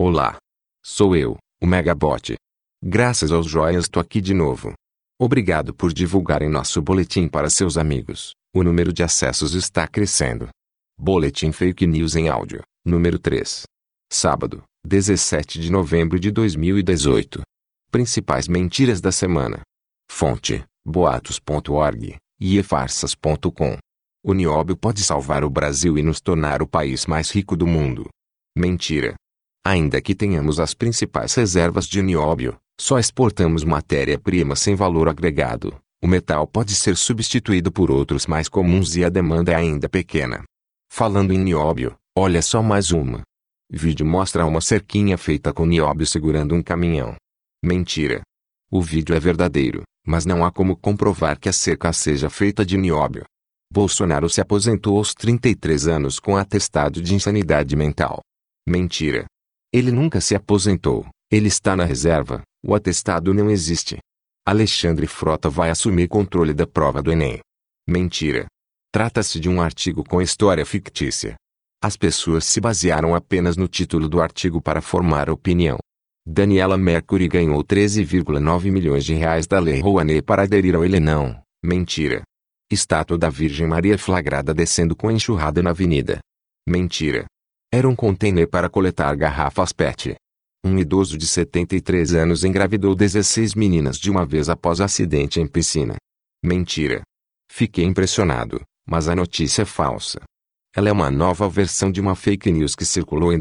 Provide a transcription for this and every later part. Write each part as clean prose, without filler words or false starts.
Olá. Sou eu, o Megabot. Graças aos joias tô aqui de novo. Obrigado por divulgarem nosso boletim para seus amigos. O número de acessos está crescendo. Boletim Fake News em áudio, número 3. Sábado, 17 de novembro de 2018. Principais mentiras da semana. Fonte, boatos.org e efarsas.com. O nióbio pode salvar o Brasil e nos tornar o país mais rico do mundo. Mentira. Ainda que tenhamos as principais reservas de nióbio, só exportamos matéria-prima sem valor agregado. O metal pode ser substituído por outros mais comuns e a demanda é ainda pequena. Falando em nióbio, olha só mais uma. Vídeo mostra uma cerquinha feita com nióbio segurando um caminhão. Mentira. O vídeo é verdadeiro, mas não há como comprovar que a cerca seja feita de nióbio. Bolsonaro se aposentou aos 33 anos com atestado de insanidade mental. Mentira. Ele nunca se aposentou, ele está na reserva, o atestado não existe. Alexandre Frota vai assumir controle da prova do Enem. Mentira. Trata-se de um artigo com história fictícia. As pessoas se basearam apenas no título do artigo para formar opinião. Daniela Mercury ganhou 13,9 milhões de reais da Lei Rouanet para aderir ao Elenão. Mentira. Estátua da Virgem Maria flagrada descendo com enxurrada na avenida. Mentira. Era um container para coletar garrafas PET. Um idoso de 73 anos engravidou 16 meninas de uma vez após acidente em piscina. Mentira. Fiquei impressionado, mas a notícia é falsa. Ela é uma nova versão de uma fake news que circulou em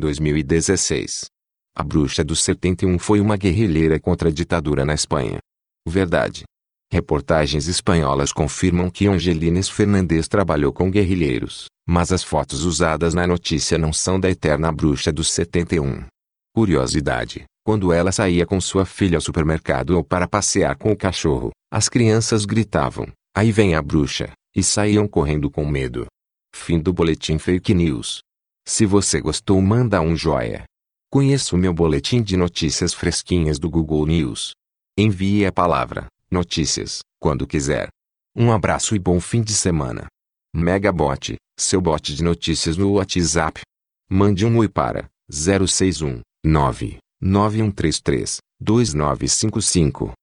2016. A Bruxa do 71 foi uma guerrilheira contra a ditadura na Espanha. Verdade. Reportagens espanholas confirmam que Angelines Fernandes trabalhou com guerrilheiros, mas as fotos usadas na notícia não são da eterna Bruxa do 71. Curiosidade: quando ela saía com sua filha ao supermercado ou para passear com o cachorro, as crianças gritavam, "Aí vem a bruxa", e saíam correndo com medo. Fim do boletim Fake News. Se você gostou, manda um joia. Conheça o meu boletim de notícias fresquinhas do Google News. Envie a palavra notícias quando quiser. Um abraço e bom fim de semana. Megabot, seu bot de notícias no WhatsApp. Mande um oi para 061 99133 2955.